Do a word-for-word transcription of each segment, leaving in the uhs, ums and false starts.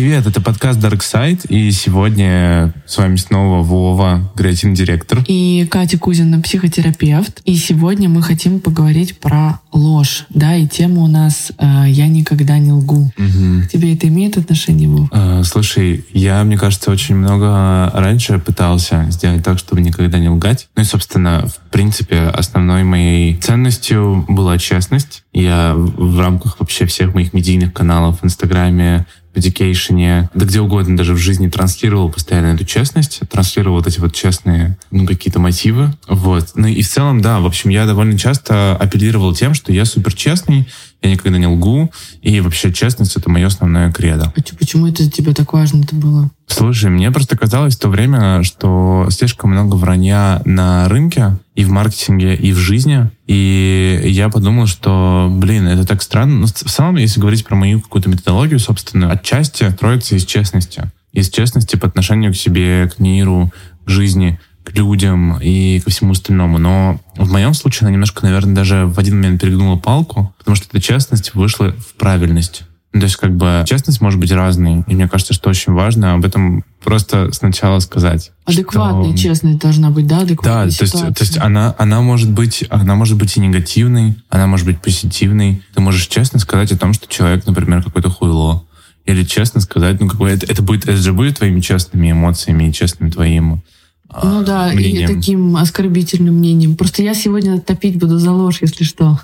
Привет, это подкаст Dark Side, и сегодня с вами снова Вова, креативный директор. И Катя Кузина, психотерапевт. И сегодня мы хотим поговорить про ложь, да, и тема у нас э, «Я никогда не лгу». Угу. К тебе это имеет отношение, Вов? Э, слушай, я, мне кажется, очень много раньше пытался сделать так, чтобы никогда не лгать. Ну и, собственно, в принципе, основной моей ценностью была честность. Я в рамках вообще всех моих медийных каналов в Инстаграме, в Education, да где угодно, даже в жизни транслировал постоянно эту честность, транслировал вот эти вот честные, ну, какие-то мотивы. Вот. Ну и в целом, да, в общем, я довольно часто апеллировал тем, что я супер честный, я никогда не лгу, и вообще честность — это мое основное кредо. А почему это для тебя так важно-то было? Слушай, мне просто казалось в то время, что слишком много вранья на рынке, и в маркетинге, и в жизни. И я подумал, что, блин, это так странно. Но в целом, если говорить про мою какую-то методологию, собственно, отчасти строится из честности. Из честности по отношению к себе, к миру, к жизни, к людям и ко всему остальному. Но в моем случае она немножко, наверное, даже в один момент перегнула палку, потому что эта честность вышла в правильность. Ну, то есть, как бы, честность может быть разной. И мне кажется, что очень важно об этом просто сначала сказать. Адекватная что... честность должна быть, да? Адекватная да, ситуация. то есть, то есть она, она, может быть, она может быть и негативной, она может быть позитивной. Ты можешь честно сказать о том, что человек, например, какое-то хуйло. Или честно сказать, ну, какое это, это, будет, это же будет твоими честными эмоциями и честным твоим Ну да, мнением. И таким оскорбительным мнением. Просто я сегодня топить буду за ложь, если что.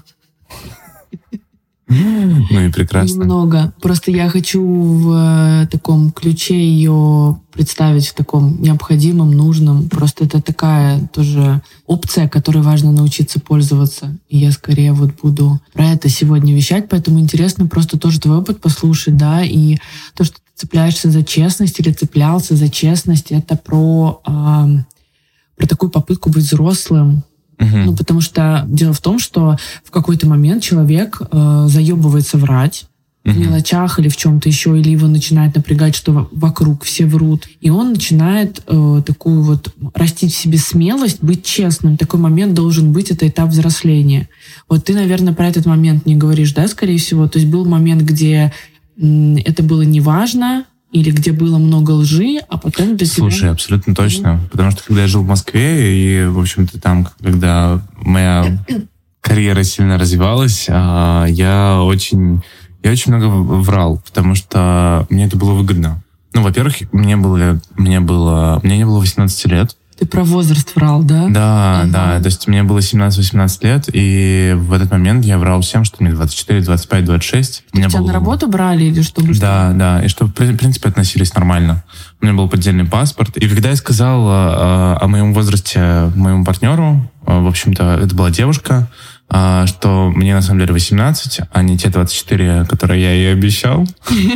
Ну и прекрасно. Немного. Просто я хочу в таком ключе ее представить в таком необходимом, нужном. Просто это такая тоже опция, которой важно научиться пользоваться. И я скорее вот буду про это сегодня вещать, поэтому интересно просто тоже твой опыт послушать, да, и то, что ты цепляешься за честность или цеплялся за честность, это про, э, про такую попытку быть взрослым. Uh-huh. Ну, потому что дело в том, что в какой-то момент человек э, заебывается врать uh-huh. в мелочах или в чем-то еще, или его начинает напрягать, что вокруг все врут. И он начинает э, такую вот растить в себе смелость, быть честным. Такой момент должен быть, это этап взросления. Вот ты, наверное, про этот момент не говоришь, да, скорее всего? То есть был момент, где м, это было неважно, или где было много лжи, а потом для Слушай, тебя... абсолютно точно. Mm-hmm. Потому что когда я жил в Москве, и, в общем-то, там, когда моя карьера сильно развивалась, я очень, я очень много врал, потому что мне это было выгодно. Ну, во-первых, мне было, мне было, мне не было восемнадцати лет. Ты про возраст врал, да? Да, ага. да. То есть мне было семнадцать-восемнадцать лет, и в этот момент я врал всем, что мне двадцать четыре, двадцать пять, двадцать шесть. Тебя был... на работу брали или что? Да, да. И что, в принципе, относились нормально. У меня был поддельный паспорт. И когда я сказал о, о моем возрасте моему партнеру, в общем-то, это была девушка, что мне на самом деле восемнадцать, а не те двадцать четыре, которые я ей обещал,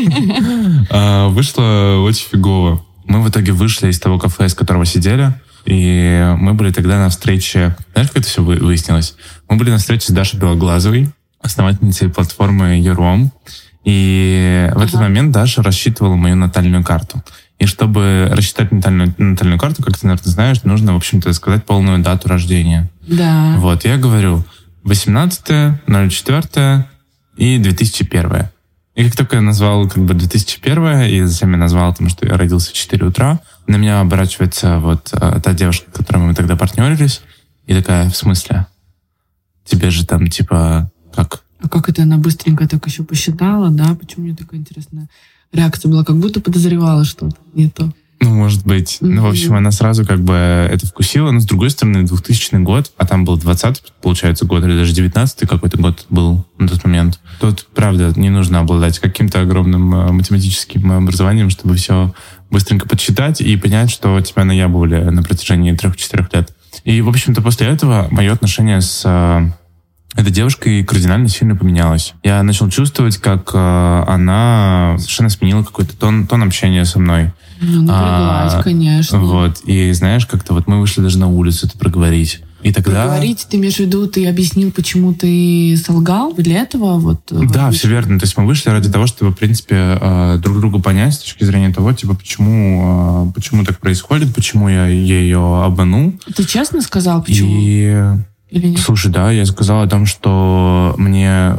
вышло очень фигово. Мы в итоге вышли из того кафе, из которого сидели, и мы были тогда на встрече... Знаешь, как это все выяснилось? Мы были на встрече с Дашей Белоглазовой, основательницей платформы Ером. И в ага. этот момент Даша рассчитывала мою натальную карту. И чтобы рассчитать натальную, натальную карту, как ты, наверное, знаешь, нужно, в общем-то, сказать полную дату рождения. Да. Вот, я говорю восемнадцатое, ноль четвёртое и две тысячи первое. И как только я назвал как бы две тысячи первое, и затем я назвал, потому что я родился в четыре утра, на меня оборачивается вот э, та девушка, с которой мы тогда партнерились, и такая: в смысле? Тебе же там типа как? А как это она быстренько так еще посчитала, да? Почему мне такая интересная реакция была? Как будто подозревала что-то не то. Ну, может быть. Mm-hmm. Ну, в общем, она сразу как бы это вкусила. Но, с другой стороны, двухтысячный год, а там был двадцатый, получается, год, или даже девятнадцатый какой-то год был на тот момент. Тут, правда, не нужно обладать каким-то огромным э, математическим образованием, чтобы все быстренько подсчитать и понять, что тебя наябывали на протяжении трех-четырех лет. И, в общем-то, после этого мое отношение с э, этой девушкой кардинально сильно поменялось. Я начал чувствовать, как э, она совершенно сменила какой-то тон, тон общения со мной. Ну, напряглась, а, конечно. Вот, и знаешь, как-то вот мы вышли даже на улицу это проговорить. И тогда... Проговорить, ты имеешь в виду, ты объяснил, почему ты солгал для этого? Вот, да, вот, все верно. То есть мы вышли ради того, чтобы, в принципе, друг другу понять с точки зрения того, типа, почему, почему так происходит, почему я ее обманул. Ты честно сказал, почему? И... Или нет? Слушай, да, я сказал о том, что мне...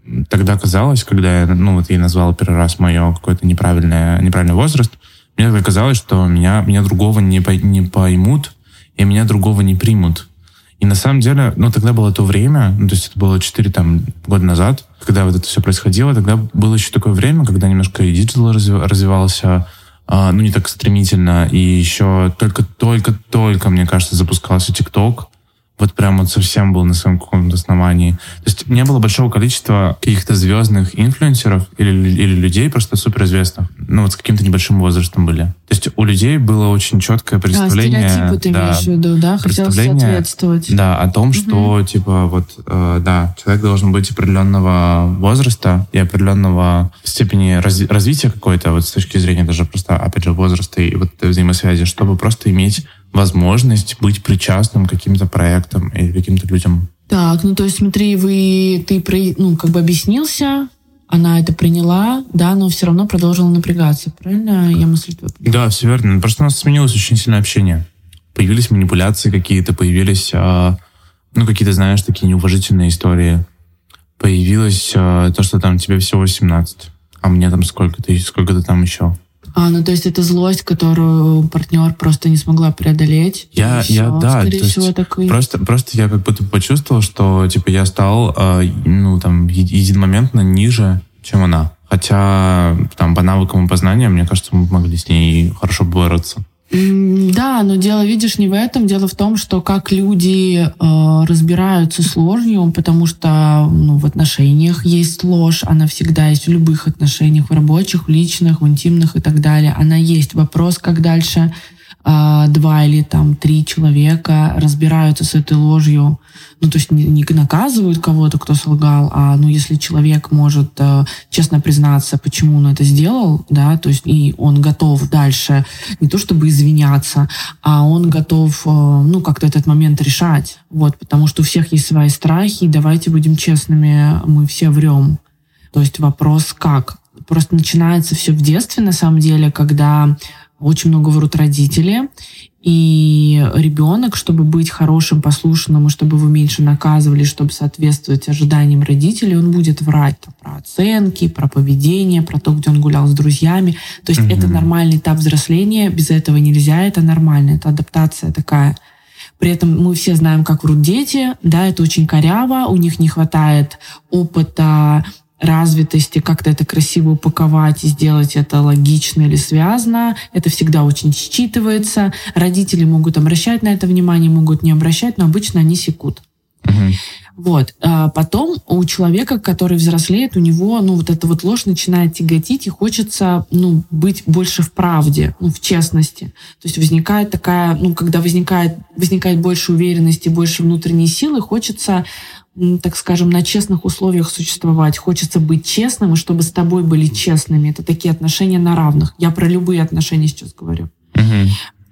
тогда казалось, когда я, ну, вот я назвал первый раз мое какой-то неправильный, неправильный возраст, мне тогда казалось, что меня, меня другого не, по, не поймут, и меня другого не примут. И на самом деле, ну, тогда было то время, ну, то есть это было четыре там, года назад, когда вот это все происходило, тогда было еще такое время, когда немножко и диджитал развивался, э, ну, не так стремительно, и еще только-только-только, мне кажется, запускался ТикТок. Вот прям вот совсем был на своем каком-то основании. То есть не было большого количества каких-то звездных инфлюенсеров или, или людей просто суперизвестных. Ну вот с каким-то небольшим возрастом были. То есть у людей было очень четкое представление... А, стереотипы ты да, имеешь в виду, да? Хотелось соответствовать. Да, о том, что, угу. типа, вот, э, да, человек должен быть определенного возраста и определенного степени раз, развития какой-то, вот с точки зрения даже просто, опять же, возраста и вот взаимосвязи, чтобы просто иметь возможность быть причастным к каким-то проектам или каким-то людям. Так, ну то есть смотри, вы, ты ну, как бы объяснился, она это приняла, да, но все равно продолжила напрягаться, правильно? Я мысль твою понимаю. Да, все верно. Просто у нас сменилось очень сильное общение. Появились манипуляции какие-то, появились, э, ну, какие-то, знаешь, такие неуважительные истории. Появилось э, то, что там тебе всего восемнадцать, а мне там сколько-то, сколько-то там еще. А, ну то есть это злость, которую партнер просто не смогла преодолеть. Я, все, я, да, скорее то всего, есть так и... просто, просто я как будто почувствовал, что типа я стал, э, ну там единомоментно ниже, чем она. Хотя там по навыкам и познаниям, мне кажется, мы могли с ней хорошо бороться. Да, но дело, видишь, не в этом. Дело в том, что как люди э, разбираются с ложью, потому что ну, в отношениях есть ложь, она всегда есть в любых отношениях, в рабочих, в личных, в интимных и так далее. Она есть. Вопрос, как дальше э, два или там три человека разбираются с этой ложью. Ну, то есть не, не наказывают кого-то, кто солгал, а ну, если человек может э, честно признаться, почему он это сделал, да, то есть и он готов дальше не то чтобы извиняться, а он готов, э, ну, как-то этот момент решать, вот, потому что у всех есть свои страхи, и давайте будем честными, мы все врем. То есть вопрос как? Просто начинается все в детстве, на самом деле, когда очень много врут родители, и ребенок, чтобы быть хорошим, послушным, и чтобы его меньше наказывали, чтобы соответствовать ожиданиям родителей, он будет врать про оценки, про поведение, про то, где он гулял с друзьями. То есть mm-hmm. это нормальный этап взросления, без этого нельзя, это нормально, это адаптация такая. При этом мы все знаем, как врут дети, да, это очень коряво, у них не хватает опыта, развитости, как-то это красиво упаковать и сделать это логично или связано. Это всегда очень считывается. Родители могут обращать на это внимание, могут не обращать, но обычно они секут. Uh-huh. Вот. А потом у человека, который взрослеет, у него ну, вот эта вот ложь начинает тяготить, и хочется ну, быть больше в правде, ну, в честности. То есть возникает такая, ну, когда возникает, возникает больше уверенности, больше внутренней силы, хочется, так скажем, на честных условиях существовать. Хочется быть честным, и чтобы с тобой были честными. Это такие отношения на равных. Я про любые отношения сейчас говорю. Uh-huh.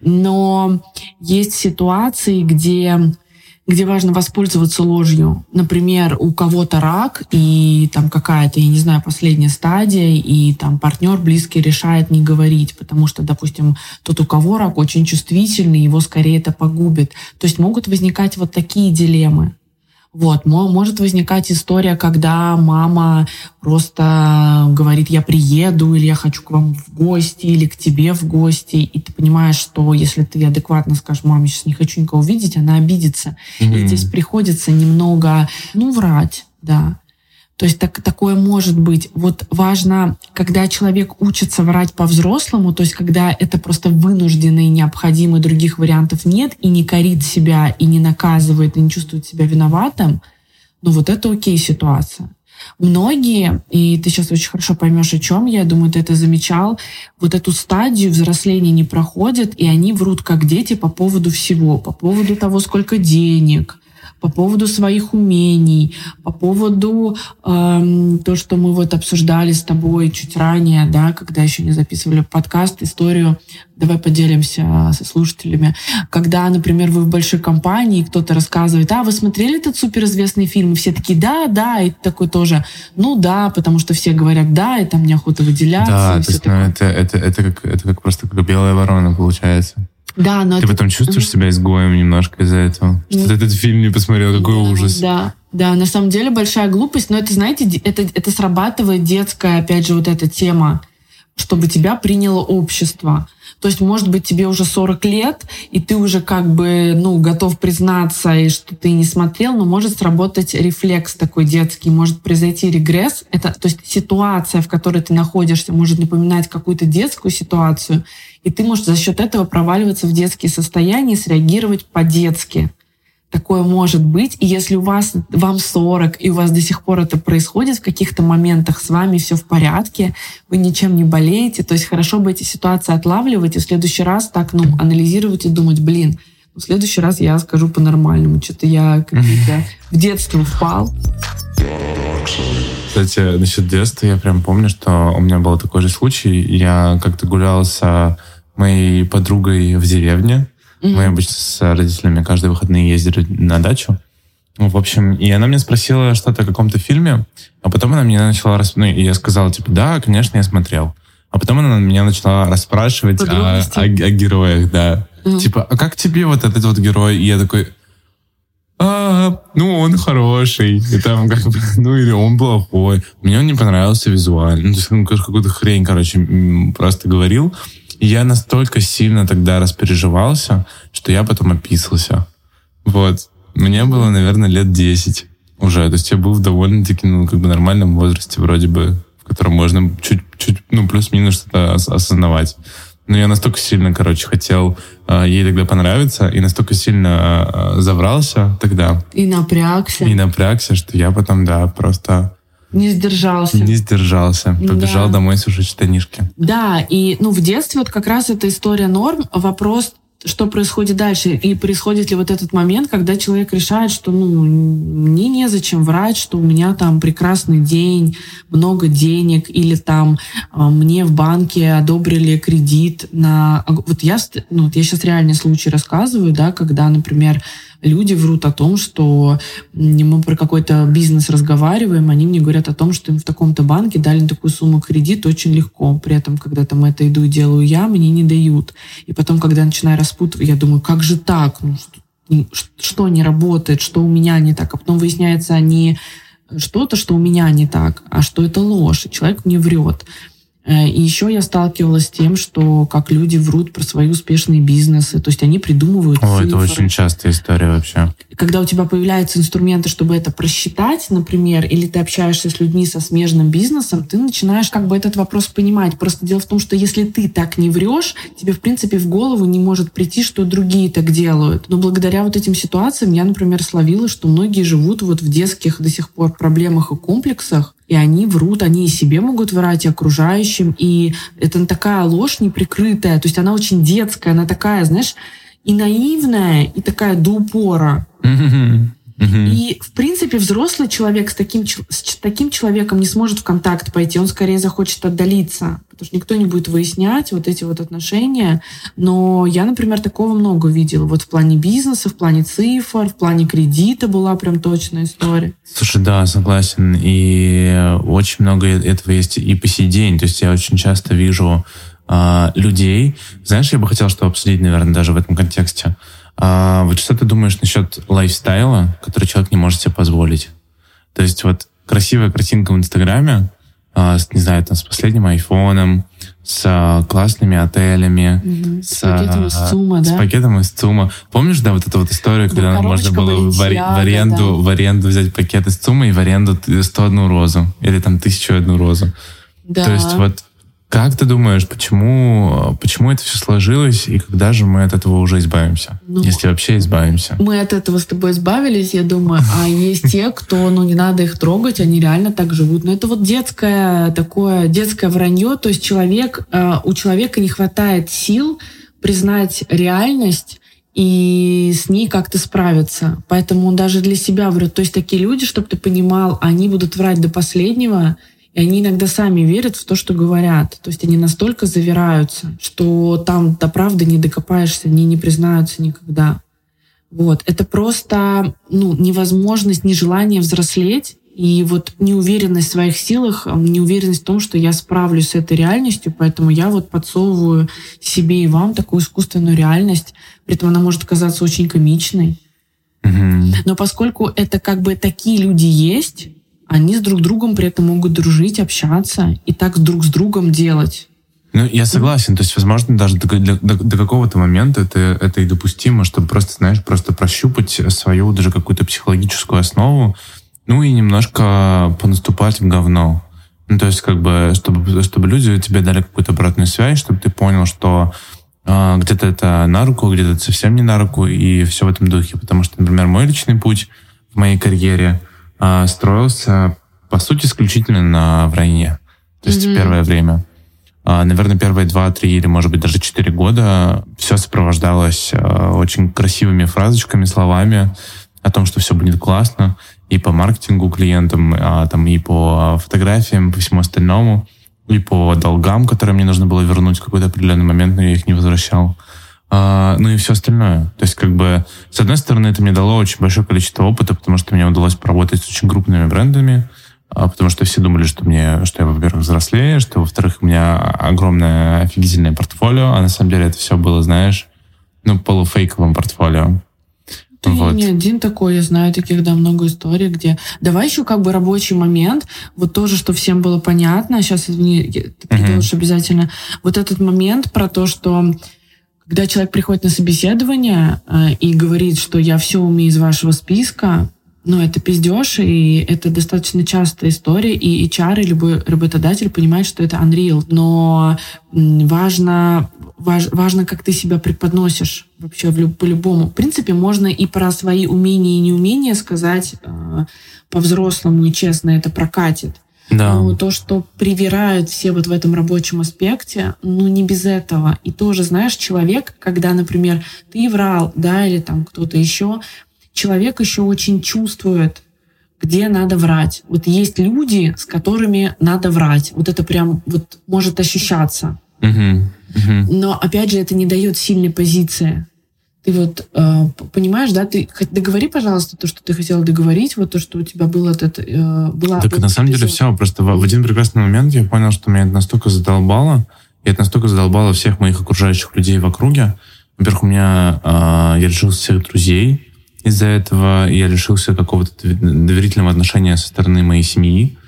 Но есть ситуации, где... где важно воспользоваться ложью. Например, у кого-то рак, и там какая-то, я не знаю, последняя стадия, и там партнер близкий решает не говорить, потому что, допустим, тот, у кого рак, очень чувствительный, его скорее это погубит. То есть могут возникать вот такие дилеммы. Вот, может возникать история, когда мама просто говорит, я приеду, или я хочу к вам в гости, или к тебе в гости, и ты понимаешь, что если ты адекватно скажешь, маме, сейчас не хочу никого видеть, она обидится. Mm-hmm. И здесь приходится немного, ну, врать, да. То есть так, такое может быть. Вот важно, когда человек учится врать по-взрослому, то есть когда это просто вынужденно и необходимо, других вариантов нет, и не корит себя, и не наказывает, и не чувствует себя виноватым, ну вот это окей ситуация. Многие, и ты сейчас очень хорошо поймешь, о чем я, я думаю, ты это замечал, вот эту стадию взросления не проходят, и они врут как дети по поводу всего, по поводу того, сколько денег, по поводу своих умений, по поводу эм, то, что мы вот обсуждали с тобой чуть ранее, да, когда еще не записывали подкаст, историю, давай поделимся со слушателями, когда, например, вы в большой компании, кто-то рассказывает, а, вы смотрели этот суперизвестный фильм? И все такие, да, да, и такой тоже, ну да, потому что все говорят да, и там неохота выделяться. Да, то есть, ну, это, это, это, как, это как просто как белая ворона получается. Да, но ты это... потом чувствуешь себя изгоем немножко из-за этого. Что Mm. ты этот фильм не посмотрел, какой да, ужас. Да, да, на самом деле большая глупость, но это, знаете, это, это срабатывает детская, опять же, вот эта тема, чтобы тебя приняло общество. То есть, может быть, тебе уже сорок лет, и ты уже как бы, ну, готов признаться, и что ты не смотрел, но может сработать рефлекс такой детский, может произойти регресс. Это, то есть ситуация, в которой ты находишься, может напоминать какую-то детскую ситуацию, и ты можешь за счет этого проваливаться в детские состояния и среагировать по-детски. Такое может быть. И если у вас, вам сорок, и у вас до сих пор это происходит в каких-то моментах, с вами все в порядке, вы ничем не болеете, то есть хорошо бы эти ситуации отлавливать и в следующий раз так, ну, анализировать и думать, блин, в следующий раз я скажу по-нормальному, что-то я как-то в детство впал. Кстати, насчет детства я прям помню, что у меня был такой же случай. Я как-то гулял с моей подругой в деревне. Mm-hmm. Мы обычно с родителями каждые выходные ездили на дачу. В общем, и она меня спросила что-то о каком-то фильме, а потом она меня начала... Рас... Ну, и я сказал, типа, да, конечно, я смотрел. А потом она меня начала расспрашивать о, о, о героях, да. Mm-hmm. Типа, а как тебе вот этот вот герой? И я такой, а, ну, он хороший. И там как бы, ну, или он плохой. Мне он не понравился визуально. Ну, то есть он какую-то хрень, короче, просто говорил. И я настолько сильно тогда распереживался, что я потом описался. Вот. Мне было, наверное, лет десять уже. То есть я был в довольно-таки, ну, как бы нормальном возрасте вроде бы, в котором можно чуть-чуть, ну, плюс-минус что-то ос- осознавать. Но я настолько сильно, короче, хотел э, ей тогда понравиться, и настолько сильно э, заврался тогда. И напрягся. И напрягся, что я потом, да, просто... Не сдержался. Не сдержался. Побежал да. домой сушить штанишки. Да, и ну, в детстве вот как раз эта история норм. Вопрос, что происходит дальше. И происходит ли вот этот момент, когда человек решает, что ну, мне незачем врать, что у меня там прекрасный день, много денег, или там мне в банке одобрили кредит на... Вот я, ну, я сейчас реальный случай рассказываю, да, когда, например, люди врут о том, что мы про какой-то бизнес разговариваем, они мне говорят о том, что им в таком-то банке дали такую сумму кредита очень легко. При этом, когда там это иду и делаю я, мне не дают. И потом, когда я начинаю распутывать, я думаю, как же так? Ну, что, что не работает? Что у меня не так? А потом выясняется не что-то, что у меня не так, а что это ложь. И человек мне врет. И еще я сталкивалась с тем, что как люди врут про свои успешные бизнесы. То есть они придумывают О, цифры. Это очень частая история вообще. Когда у тебя появляются инструменты, чтобы это просчитать, например, или ты общаешься с людьми со смежным бизнесом, ты начинаешь как бы этот вопрос понимать. Просто дело в том, что если ты так не врешь, тебе, в принципе, в голову не может прийти, что другие так делают. Но благодаря вот этим ситуациям я, например, словила, что многие живут вот в детских до сих пор проблемах и комплексах, и они врут, они и себе могут врать, и окружающим. И это такая ложь неприкрытая. То есть она очень детская, она такая, знаешь, и наивная, и такая до упора. Mm-hmm. Mm-hmm. И, в принципе, взрослый человек с таким, с таким человеком не сможет в контакт пойти. Он скорее захочет отдалиться. Потому что никто не будет выяснять вот эти вот отношения. Но я, например, такого много видела. Вот в плане бизнеса, в плане цифр, в плане кредита была прям точная история. Слушай, да, согласен. И очень много этого есть и по сей день. То есть я очень часто вижу а, людей. Знаешь, я бы хотел что обсудить, наверное, даже в этом контексте. А, вот что ты думаешь насчет лайфстайла, который человек не может себе позволить? То есть вот красивая картинка в Инстаграме, а, с, не знаю, там, с последним айфоном, с а, классными отелями, Mm-hmm. с, с пакетом из ЦУМа, с да? пакетом из ЦУМа. Помнишь, да, вот эту вот историю, когда да, можно было в, литья, в, аренду, да, да. в аренду взять пакет из ЦУМа и в аренду сто одну розу. Или там тысячу одну розу. Да. То есть вот как ты думаешь, почему, почему это все сложилось, и когда же мы от этого уже избавимся? Ну, если вообще избавимся. Мы от этого с тобой избавились, я думаю. А есть те, кто, ну, не надо их трогать, они реально так живут. Но это вот детское такое, детское вранье. То есть человек, у человека не хватает сил признать реальность и с ней как-то справиться. Поэтому он даже для себя врет. То есть такие люди, чтобы ты понимал, они будут врать до последнего, и они иногда сами верят в то, что говорят. То есть они настолько завираются, что там до правды не докопаешься, они не признаются никогда. Вот. Это просто ну, невозможность, нежелание взрослеть и вот неуверенность в своих силах, неуверенность в том, что я справлюсь с этой реальностью, поэтому я вот подсовываю себе и вам такую искусственную реальность, при этом она может казаться очень комичной. Mm-hmm. Но поскольку это как бы такие люди есть, они с друг другом при этом могут дружить, общаться и так друг с другом делать. Ну, я согласен. То есть, возможно, даже до, до, до какого-то момента это, это и допустимо, чтобы просто, знаешь, просто прощупать свою даже какую-то психологическую основу, ну и немножко понаступать в говно. Ну, то есть, как бы, чтобы, чтобы люди тебе дали какую-то обратную связь, чтобы ты понял, что э, где-то это на руку, где-то это совсем не на руку, и все в этом духе. Потому что, например, мой личный путь в моей карьере э, строился, по сути, исключительно на вранье. То есть, mm-hmm. первое время. Наверное, первые два, три или, может быть, даже четыре года все сопровождалось очень красивыми фразочками, словами о том, что все будет классно и по маркетингу клиентам, там, и по фотографиям, по всему остальному, и по долгам, которые мне нужно было вернуть в какой-то определенный момент, но я их не возвращал. Ну и все остальное. То есть, как бы, с одной стороны, это мне дало очень большое количество опыта, потому что мне удалось поработать с очень крупными брендами, потому что все думали, что мне, что я, во-первых, взрослее, что, во-вторых, у меня огромное офигительное портфолио, а на самом деле это все было, знаешь, ну, полуфейковым портфолио. Ты вот. Не один такой, я знаю таких, да, много историй, где... Давай еще как бы рабочий момент, вот тоже, что всем было понятно, сейчас, извини, ты продолжишь uh-huh. обязательно, вот этот момент про то, что когда человек приходит на собеседование э, и говорит, что я все умею из вашего списка, ну, это пиздеж, и это достаточно частая история, и эйч ар, и любой работодатель понимает, что это unreal. Но важно, важ, важно, как ты себя преподносишь вообще по-любому. В принципе, можно и про свои умения и неумения сказать э, по-взрослому и честно, это прокатит. Да. Но то, что привирают все вот в этом рабочем аспекте, ну, не без этого. И тоже, знаешь, человек, когда, например, ты врал, да, или там кто-то еще... Человек еще очень чувствует, где надо врать. Вот есть люди, с которыми надо врать. Вот это прям вот может ощущаться. Uh-huh. Uh-huh. Но, опять же, это не дает сильной позиции. Ты вот э, понимаешь, да? Ты договори, пожалуйста, то, что ты хотела договорить, вот то, что у тебя было... Это, э, была, так вот, на самом деле все. Просто в, в один прекрасный момент я понял, что меня это настолько задолбало, и это настолько задолбало всех моих окружающих людей в округе. Во-первых, у меня... Э, я лишился всех друзей. Из-за этого я лишился какого-то доверительного отношения со стороны моей семьи,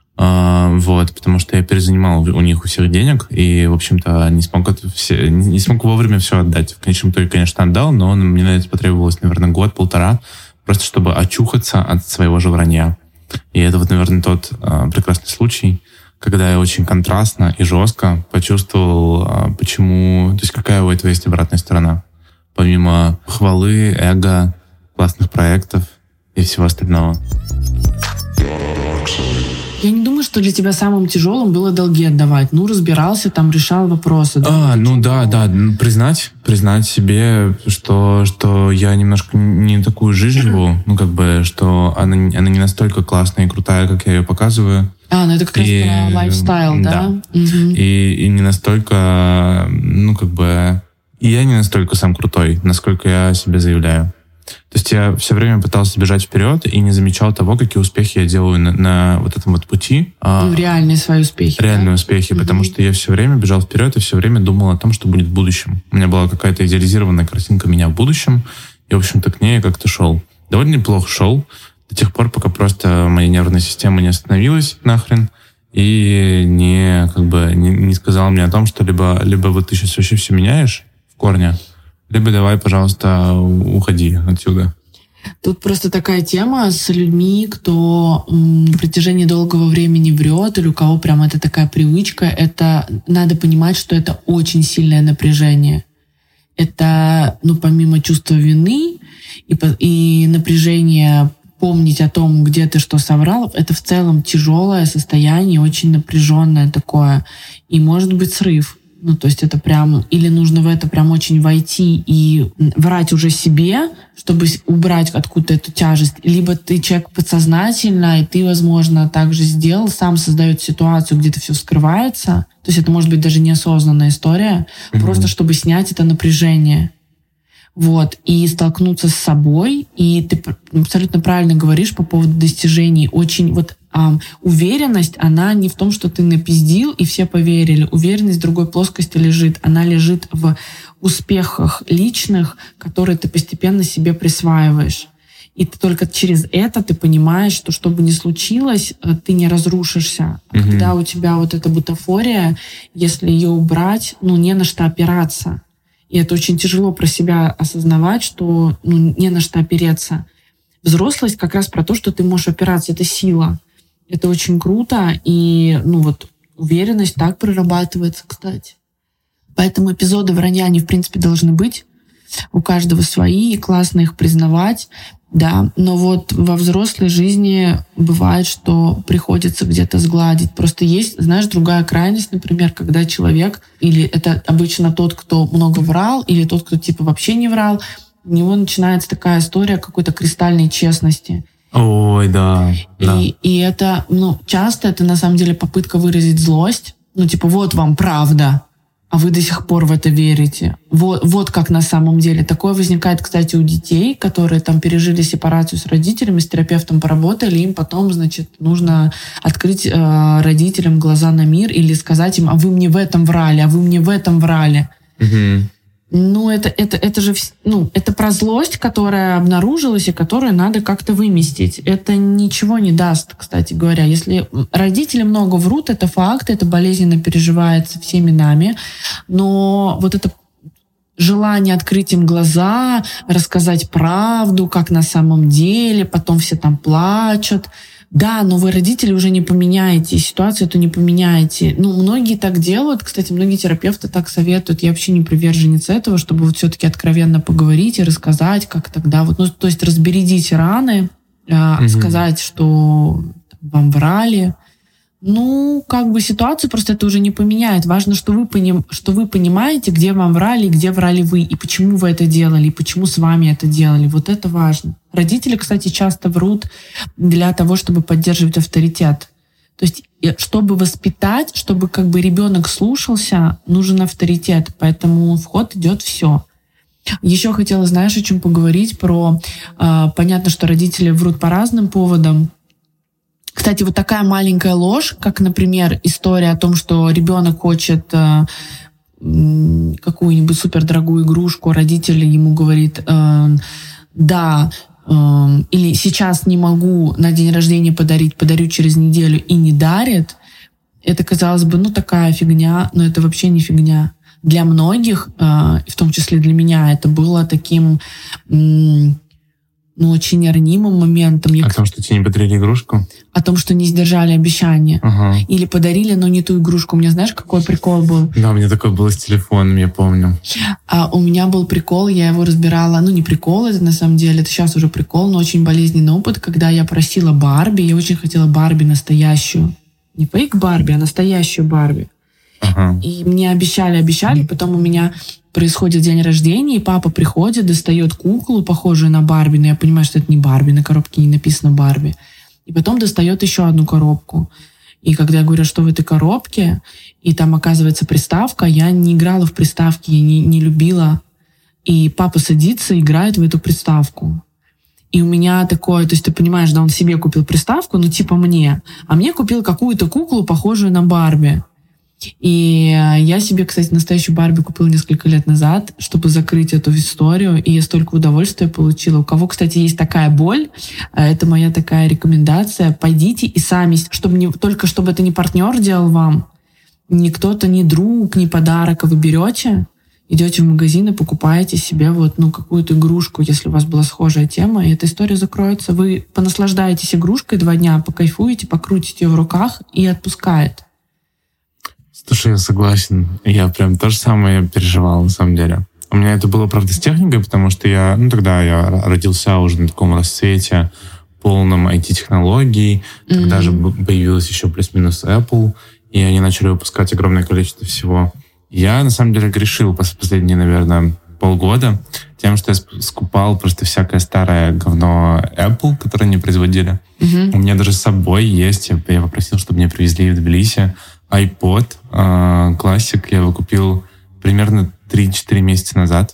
э, вот, потому что я перезанимал у них у всех денег и, в общем-то, не смог, это все, не смог вовремя все отдать. В конечном итоге, конечно, отдал, но мне на это потребовалось, наверное, год-полтора, просто чтобы очухаться от своего же вранья. И это вот, наверное, тот э, прекрасный случай, когда я очень контрастно и жестко почувствовал, э, почему, то есть какая у этого есть обратная сторона. Помимо хвалы, эго, классных проектов и всего остального. Я не думаю, что для тебя самым тяжелым было долги отдавать. Ну, разбирался, там, решал вопросы. Да? А, ну да, да. Признать, признать себе, что, что я немножко не такую жизнь живу, ну, как бы, что она, она не настолько классная и крутая, как я ее показываю. А, ну это как и, раз про лайфстайл, да? Да. Угу. И, и не настолько, ну, как бы... И я не настолько сам крутой, насколько я себе заявляю. То есть я все время пытался бежать вперед и не замечал того, какие успехи я делаю на, на вот этом вот пути. Ну, реальные свои успехи. Реальные да? успехи, Mm-hmm. потому что я все время бежал вперед и все время думал о том, что будет в будущем. У меня была какая-то идеализированная картинка меня в будущем, и, в общем-то, к ней я как-то шел. Довольно неплохо шел, до тех пор, пока просто моя нервная система не остановилась нахрен и не, как бы, не, не сказала мне о том, что либо, либо вот ты сейчас вообще все меняешь в корне, либо давай, пожалуйста, уходи отсюда. Тут просто такая тема с людьми, кто м, на протяжении долгого времени врет, или у кого прям это такая привычка, это надо понимать, что это очень сильное напряжение. Это, ну, помимо чувства вины и, и напряжения помнить о том, где ты что соврал, это в целом тяжелое состояние, очень напряженное такое. И может быть срыв. Ну, то есть это прям... Или нужно в это прям очень войти и врать уже себе, чтобы убрать откуда-то эту тяжесть. Либо ты человек подсознательно, и ты, возможно, так же сделал, сам создает ситуацию, где-то все скрывается. То есть это может быть даже неосознанная история, mm-hmm. просто чтобы снять это напряжение. Вот, и столкнуться с собой, и ты абсолютно правильно говоришь по поводу достижений. Очень вот а, уверенность, она не в том, что ты напиздил, и все поверили. Уверенность в другой плоскости лежит. Она лежит в успехах личных, которые ты постепенно себе присваиваешь. И ты только через это ты понимаешь, что что бы ни случилось, ты не разрушишься. А mm-hmm. когда у тебя вот эта бутафория, если ее убрать, ну, не на что опираться. И это очень тяжело про себя осознавать, что ну, не на что опереться. Взрослость как раз про то, что ты можешь опираться. Это сила. Это очень круто. И ну вот уверенность так прорабатывается, кстати. Поэтому эпизоды вранья, они в принципе должны быть. У каждого свои, и классно их признавать. Да, но вот во взрослой жизни бывает, что приходится где-то сгладить. Просто есть, знаешь, другая крайность, например, когда человек, или это обычно тот, кто много врал, или тот, кто типа вообще не врал, у него начинается такая история какой-то кристальной честности. Ой, да. И, да. и это, ну, часто это на самом деле попытка выразить злость. Ну, типа, вот вам правда. А вы до сих пор в это верите. Вот, вот как на самом деле. Такое возникает, кстати, у детей, которые там пережили сепарацию с родителями, с терапевтом поработали, им потом, значит, нужно открыть э, родителям глаза на мир или сказать им, а вы мне в этом врали, а вы мне в этом врали. Угу. Ну, это, это, это же ну, это про злость, которая обнаружилась и которую надо как-то выместить. Это ничего не даст, кстати говоря. Если родители много врут, это факт, это болезненно переживается всеми нами. Но вот это желание открыть им глаза, рассказать правду, как на самом деле, потом все там плачут. Да, но вы, родители, уже не поменяете, ситуацию эту не поменяете. Ну, многие так делают, кстати, многие терапевты так советуют. Я вообще не приверженец этого, чтобы вот все-таки откровенно поговорить и рассказать, как тогда вот, ну, то есть разбередить раны, mm-hmm. сказать, что вам врали. Ну, как бы ситуацию просто это уже не поменяет. Важно, что вы, поним... что вы понимаете, где вам врали, где врали вы, и почему вы это делали, и почему с вами это делали. Вот это важно. Родители, кстати, часто врут для того, чтобы поддерживать авторитет. То есть, чтобы воспитать, чтобы как бы ребенок слушался, нужен авторитет. Поэтому в ход идет все. Еще хотела, знаешь, о чем поговорить? Про... Э, понятно, что родители врут по разным поводам. Кстати, вот такая маленькая ложь, как, например, история о том, что ребенок хочет э, какую-нибудь супердорогую игрушку, родитель ему говорит, э, да, э, или сейчас не могу на день рождения подарить, подарю через неделю, и не дарит. Это, казалось бы, ну такая фигня, но это вообще не фигня. Для многих, э, в том числе для меня, это было таким... Э, ну, очень ранимым моментом. О том, что тебе не подарили игрушку? О том, что не сдержали обещания. Ага. Или подарили, но не ту игрушку. У меня, знаешь, какой прикол был? Да, у меня такой был с телефоном, я помню. А у меня был прикол, я его разбирала. Ну, не прикол это на самом деле, это сейчас уже прикол, но очень болезненный опыт, когда я просила Барби, я очень хотела Барби настоящую. Не фейк Барби, а настоящую Барби. Ага. И мне обещали, обещали, потом у меня... происходит день рождения, и папа приходит, достает куклу, похожую на Барби, но я понимаю, что это не Барби, на коробке не написано Барби. И потом достает еще одну коробку. И когда я говорю, что в этой коробке, и там оказывается приставка, я не играла в приставки, я не, не любила. И папа садится, играет в эту приставку. И у меня такое, то есть ты понимаешь, да, он себе купил приставку, ну типа мне, а мне купил какую-то куклу, похожую на Барби. И я себе, кстати, настоящую Барби купила несколько лет назад, чтобы закрыть эту историю, и я столько удовольствия получила. У кого, кстати, есть такая боль, это моя такая рекомендация, пойдите и сами, чтобы не, только чтобы это не партнер делал вам, не кто-то, не друг, не подарок, а вы берете, идете в магазин и покупаете себе вот, ну, какую-то игрушку, если у вас была схожая тема, и эта история закроется. Вы понаслаждаетесь игрушкой два дня, покайфуете, покрутите ее в руках и отпускает. Слушай, я согласен. Я прям то же самое переживал, на самом деле. У меня это было, правда, с техникой, потому что я, ну, тогда я родился уже на таком расцвете полном ай ти-технологий. Mm-hmm. Тогда же появилась еще плюс-минус Apple, и они начали выпускать огромное количество всего. Я, на самом деле, грешил последние, наверное, полгода тем, что я скупал просто всякое старое говно Apple, которое они производили. Mm-hmm. У меня даже с собой есть. Я попросил, чтобы мне привезли в Тбилиси iPod Classic. Я его купил примерно три-четыре месяца назад.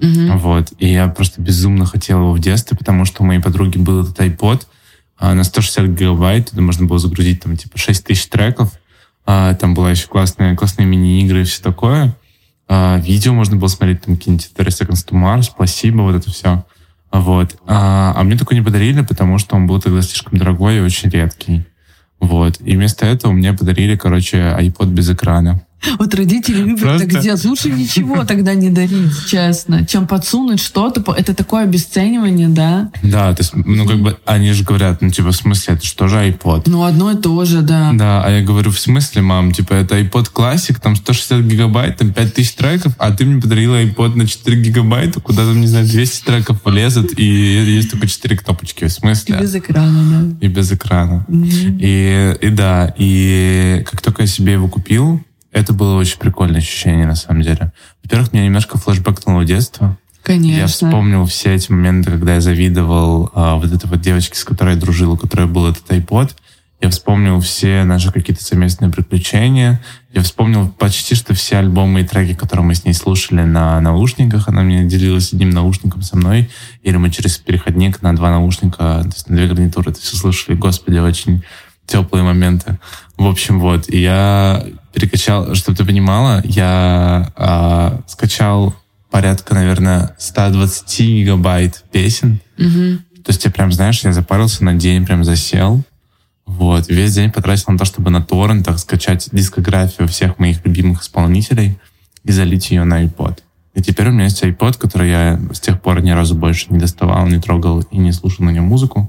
Угу. Вот. И я просто безумно хотел его в детстве, потому что у моей подруги был этот iPod а, на сто шестьдесят гигабайт, туда можно было загрузить там типа шесть тысяч треков. А, там была еще классная, классные мини-игры и все такое. А, видео можно было смотреть, там какие-нибудь тридцать Seconds to Mars, Placebo, вот это все. Вот. А, а мне такой не подарили, потому что он был тогда слишком дорогой и очень редкий. Вот. И вместо этого мне подарили, короче, iPod без экрана. Вот родители любят Просто... так делать. Лучше ничего тогда не дарить, честно, чем подсунуть что-то. Это такое обесценивание, да? Да, то есть, ну, как бы, они же говорят, ну, типа, в смысле, это что же iPod? Ну, одно и то же, да. Да, а я говорю, в смысле, мам, типа, это iPod Classic, там сто шестьдесят гигабайт, там пять тысяч треков, а ты мне подарила iPod на четыре гигабайта, куда там, не знаю, двести треков влезет, и есть только четыре кнопочки, в смысле? И без экрана, да. И без экрана. Mm-hmm. И, и да, и как только я себе его купил, это было очень прикольное ощущение, на самом деле. Во-первых, меня немножко флешбэкнуло в детство. Конечно. Я вспомнил все эти моменты, когда я завидовал а, вот этой вот девочке, с которой я дружил, у которой был этот iPod. Я вспомнил все наши какие-то совместные приключения. Я вспомнил почти что все альбомы и треки, которые мы с ней слушали на наушниках. Она мне делилась одним наушником со мной. Или мы через переходник на два наушника, то есть на две гарнитуры это все слушали. Господи, очень теплые моменты. В общем, вот. И я перекачал, чтобы ты понимала, я а, скачал порядка, наверное, сто двадцать гигабайт песен. Угу. То есть я прям, знаешь, я запарился на день, прям засел. Вот. Весь день потратил на то, чтобы на торрентах скачать дискографию всех моих любимых исполнителей и залить ее на iPod. И теперь у меня есть iPod, который я с тех пор ни разу больше не доставал, не трогал и не слушал на нем музыку.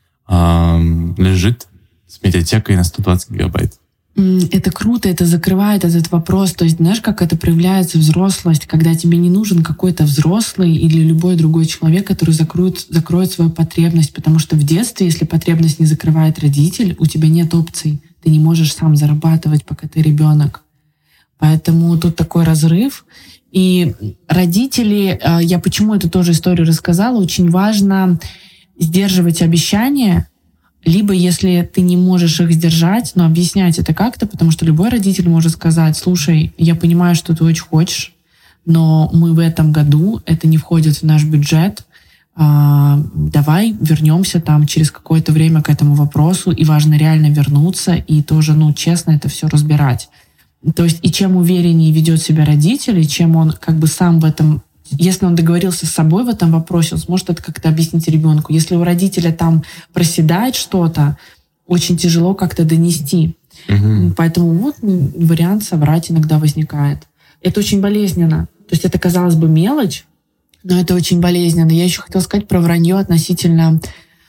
А, лежит с медиатекой на сто двадцать гигабайт. Это круто, это закрывает этот вопрос. То есть, знаешь, как это проявляется взрослость, когда тебе не нужен какой-то взрослый или любой другой человек, который закроет, закроет свою потребность. Потому что в детстве, если потребность не закрывает родитель, у тебя нет опций. Ты не можешь сам зарабатывать, пока ты ребенок. Поэтому тут такой разрыв. И родители, я почему эту тоже историю рассказала, очень важно сдерживать обещания. Либо, если ты не можешь их сдержать, но объяснять это как-то, потому что любой родитель может сказать: слушай, я понимаю, что ты очень хочешь, но мы в этом году, это не входит в наш бюджет, а, давай вернемся там через какое-то время к этому вопросу, и важно реально вернуться и тоже, ну, честно это все разбирать. То есть и чем увереннее ведет себя родитель, и чем он как бы сам в этом... Если он договорился с собой в этом вопросе, он сможет это как-то объяснить ребенку. Если у родителя там проседает что-то, очень тяжело как-то донести. Угу. Поэтому вот вариант соврать иногда возникает. Это очень болезненно. То есть это, казалось бы, мелочь, но это очень болезненно. Я еще хотела сказать про вранье относительно...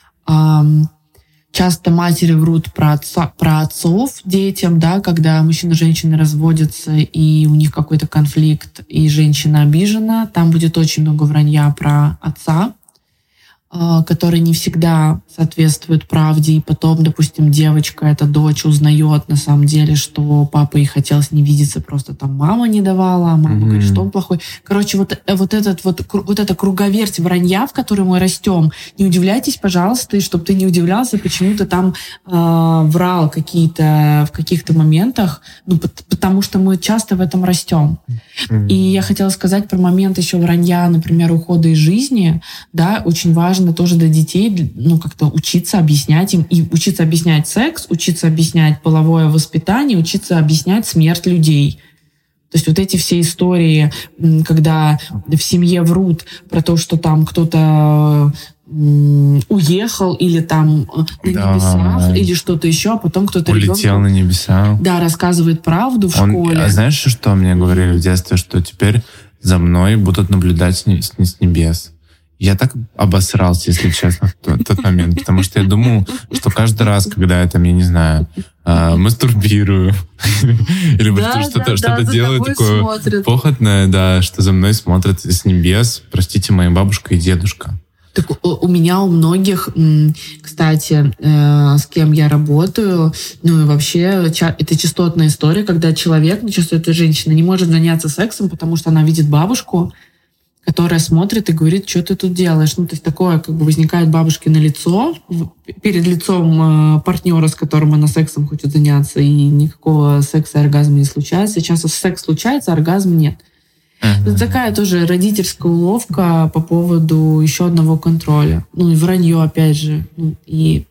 Эм, часто матери врут про, отца, про отцов детям, да, когда мужчина и женщина разводятся, и у них какой-то конфликт, и женщина обижена. Там будет очень много вранья про отца, который не всегда соответствует правде. И потом, допустим, девочка, эта дочь, узнает на самом деле, что папа ей хотел с ней видеться, просто там мама не давала, а мама mm-hmm. говорит, что он плохой. Короче, вот, вот, этот, вот, вот эта круговерть вранья, в которой мы растем, не удивляйтесь, пожалуйста, и чтобы ты не удивлялся, почему ты там э, врал какие-то, в каких-то моментах, ну, потому что мы часто в этом растем. Mm-hmm. И я хотела сказать про момент еще вранья, например, ухода из жизни, да, очень важно тоже для детей, ну, как-то учиться объяснять им, и учиться объяснять секс, учиться объяснять половое воспитание, учиться объяснять смерть людей. То есть вот эти все истории, когда в семье врут про то, что там кто-то уехал или там на да, небесах, или что-то еще, а потом кто-то улетел ребенку, на небеса. Да, рассказывает правду в Он, школе. А знаешь, что мне говорили в детстве? Что теперь за мной будут наблюдать с небес. Я так обосрался, если честно, в тот, тот момент, потому что я думал, что каждый раз, когда я там, я не знаю, э, мастурбирую или да, что-то, да, что-то да, делаю такое смотрят. Похотное, да, что за мной смотрят с небес, простите, моя бабушка и дедушка. Так у меня, у многих, кстати, э, с кем я работаю, ну и вообще это частотная история, когда человек, ну часто эта женщина, не может заняться сексом, потому что она видит бабушку, которая смотрит и говорит, что ты тут делаешь. Ну, то есть такое как бы возникает бабушкино лицо перед лицом партнера, с которым она сексом хочет заняться, и никакого секса и оргазма не случается. Сейчас секс случается, оргазма нет. Uh-huh. Это такая тоже родительская уловка по поводу еще одного контроля. Ну и вранье, опять же. И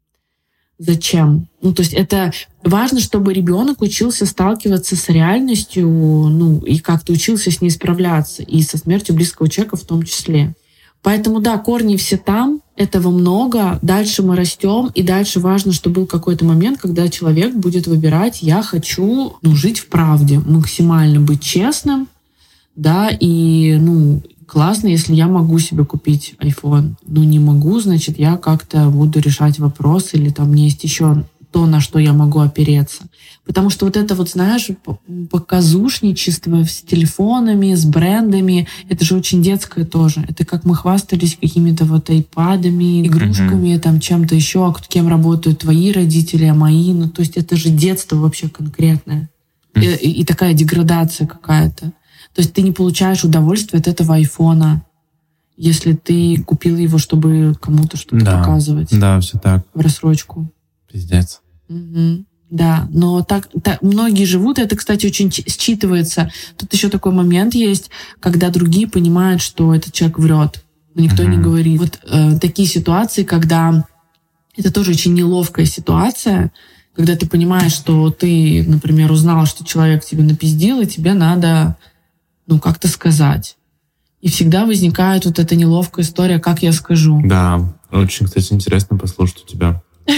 зачем? Ну, то есть это важно, чтобы ребенок учился сталкиваться с реальностью, ну, и как-то учился с ней справляться, и со смертью близкого человека в том числе. Поэтому, да, корни все там, этого много, дальше мы растем, и дальше важно, чтобы был какой-то момент, когда человек будет выбирать: я хочу, ну, жить в правде, максимально быть честным, да, и, ну, классно, если я могу себе купить iPhone. Ну, не могу, значит, я как-то буду решать вопрос, или там мне есть еще то, на что я могу опереться. Потому что вот это вот, знаешь, показушничество с телефонами, с брендами, это же очень детское тоже. Это как мы хвастались какими-то вот айпадами, игрушками, mm-hmm. там чем-то еще, а кем работают твои родители, а мои. Ну, то есть это же детство вообще конкретное. Mm-hmm. И, и такая деградация какая-то. То есть ты не получаешь удовольствия от этого айфона, если ты купил его, чтобы кому-то что-то да. показывать. Да, все так. В рассрочку. Пиздец. Угу. Да, но так, так многие живут, это, кстати, очень считывается. Тут еще такой момент есть, когда другие понимают, что этот человек врет, но никто угу. не говорит. Вот э, такие ситуации, когда это тоже очень неловкая ситуация, когда ты понимаешь, что ты, например, узнал, что человек тебе напиздил, и тебе надо, ну, как-то сказать. И всегда возникает вот эта неловкая история, как я скажу. Да, очень, кстати, интересно послушать у тебя.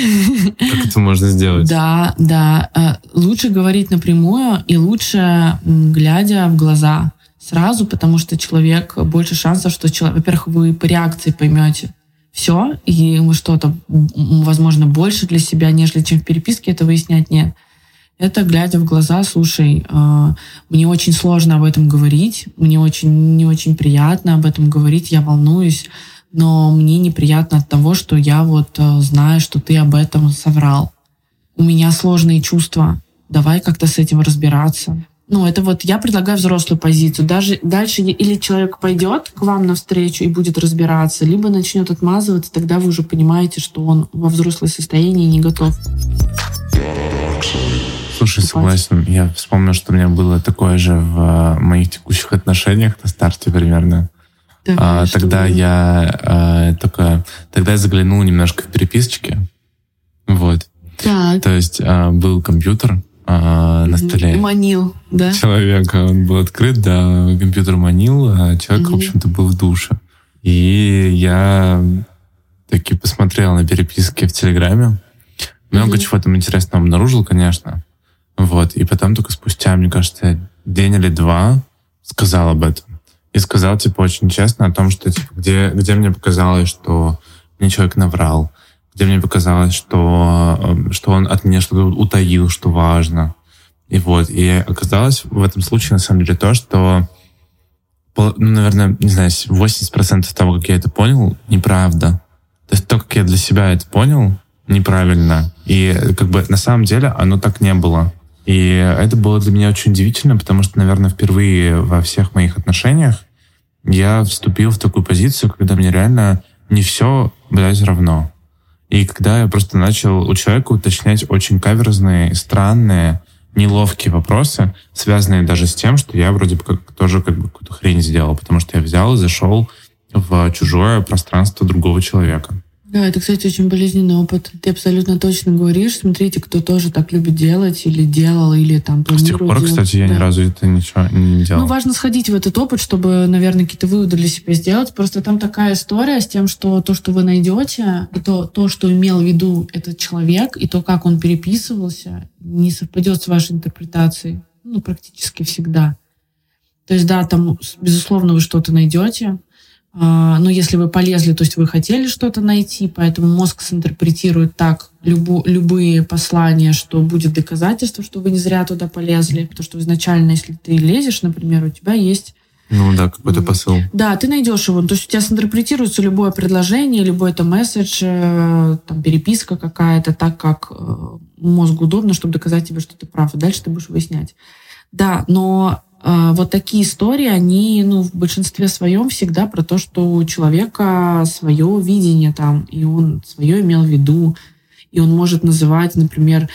Как это можно сделать? Да, да. Лучше говорить напрямую и лучше глядя в глаза сразу, потому что человек, больше шансов, что человек, во-первых, вы по реакции поймете все, и вы что-то, возможно, больше для себя, нежели чем в переписке это выяснять нет. Это глядя в глаза: слушай, мне очень сложно об этом говорить, мне очень не очень приятно об этом говорить, я волнуюсь, но мне неприятно от того, что я вот э, знаю, что ты об этом соврал. У меня сложные чувства. Давай как-то с этим разбираться. Ну, это вот я предлагаю взрослую позицию. Даже дальше или человек пойдет к вам навстречу и будет разбираться, либо начнет отмазываться, тогда вы уже понимаете, что он во взрослое состояние не готов. Слушай, согласен. Я вспомнил, что у меня было такое же в моих текущих отношениях на старте примерно. Давай, а, тогда было? я а, только тогда я заглянул немножко в переписочки, вот. Так. То есть а, был компьютер а, на столе. Манил, да? Человека, он был открыт, да, компьютер манил, а человек, угу. в общем-то, был в душе. И я таки посмотрел на переписки в Телеграме. Много угу. чего там интересного обнаружил, конечно. Вот. И потом только спустя, мне кажется, день или два сказал об этом. И сказал, типа, очень честно о том, что, типа, где, где мне показалось, что мне человек наврал, где мне показалось, что, что он от меня что-то утаил, что важно. И вот. И оказалось в этом случае, на самом деле, то, что, ну, наверное, не знаю, восемьдесят процентов того, как я это понял, неправда. То есть то, как я для себя это понял, неправильно. И как бы на самом деле оно так не было. И это было для меня очень удивительно, потому что, наверное, впервые во всех моих отношениях я вступил в такую позицию, когда мне реально не все, блядь, равно. И когда я просто начал у человека уточнять очень каверзные, странные, неловкие вопросы, связанные даже с тем, что я вроде бы как, тоже как бы какую-то хрень сделал, потому что я взял и зашел в чужое пространство другого человека. Да, это, кстати, очень болезненный опыт. Ты абсолютно точно говоришь. Смотрите, кто тоже так любит делать или делал, или там планирует. С тех пор, делать. кстати, я да. ни разу это ничего не делал. Ну, важно сходить в этот опыт, чтобы, наверное, какие-то выводы для себя сделать. Просто там такая история с тем, что то, что вы найдете, и то, то, что имел в виду этот человек, и то, как он переписывался, не совпадет с вашей интерпретацией. Ну, практически всегда. То есть, да, там, безусловно, вы что-то найдете. Но если вы полезли, то есть вы хотели что-то найти, поэтому мозг синтерпретирует так любу, любые послания, что будет доказательство, что вы не зря туда полезли. Потому что изначально, если ты лезешь, например, у тебя есть... Ну да, какой-то посыл. Да, ты найдешь его. То есть у тебя синтерпретируется любое предложение, любой это месседж, там, переписка какая-то, так как мозгу удобно, чтобы доказать тебе, что ты прав. И дальше ты будешь выяснять. Да, но... Вот такие истории, они, ну, в большинстве своем всегда про то, что у человека свое видение там, и он свое имел в виду. И он может называть, например,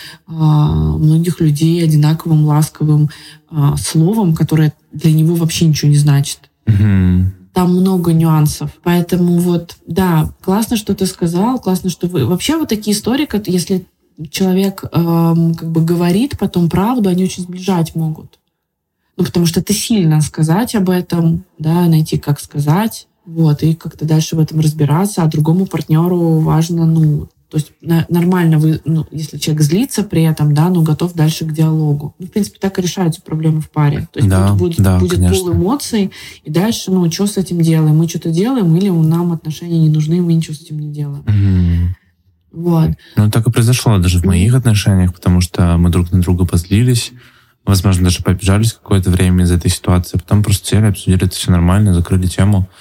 многих людей одинаковым ласковым словом, которое для него вообще ничего не значит. Mm-hmm. Там много нюансов. Поэтому вот, да, классно, что ты сказал, классно, что вы... Вообще вот такие истории, если человек как бы говорит потом правду, они очень сближать могут. Ну, потому что это сильно сказать об этом, да, найти, как сказать, вот, и как-то дальше в этом разбираться, а другому партнеру важно, ну, то есть нормально, вы, ну, если человек злится при этом, да, но готов дальше к диалогу. Ну, в принципе, так и решаются проблемы в паре. То есть да, будет, да, будет пул эмоций, и дальше, ну, что с этим делаем? Мы что-то делаем, или нам отношения не нужны, мы ничего с этим не делаем. Mm-hmm. Вот. Ну, так и произошло даже в моих mm-hmm. отношениях, потому что мы друг на друга позлились, возможно, даже пообижались какое-то время из этой ситуации, а потом просто сели, обсудили это все нормально, закрыли тему,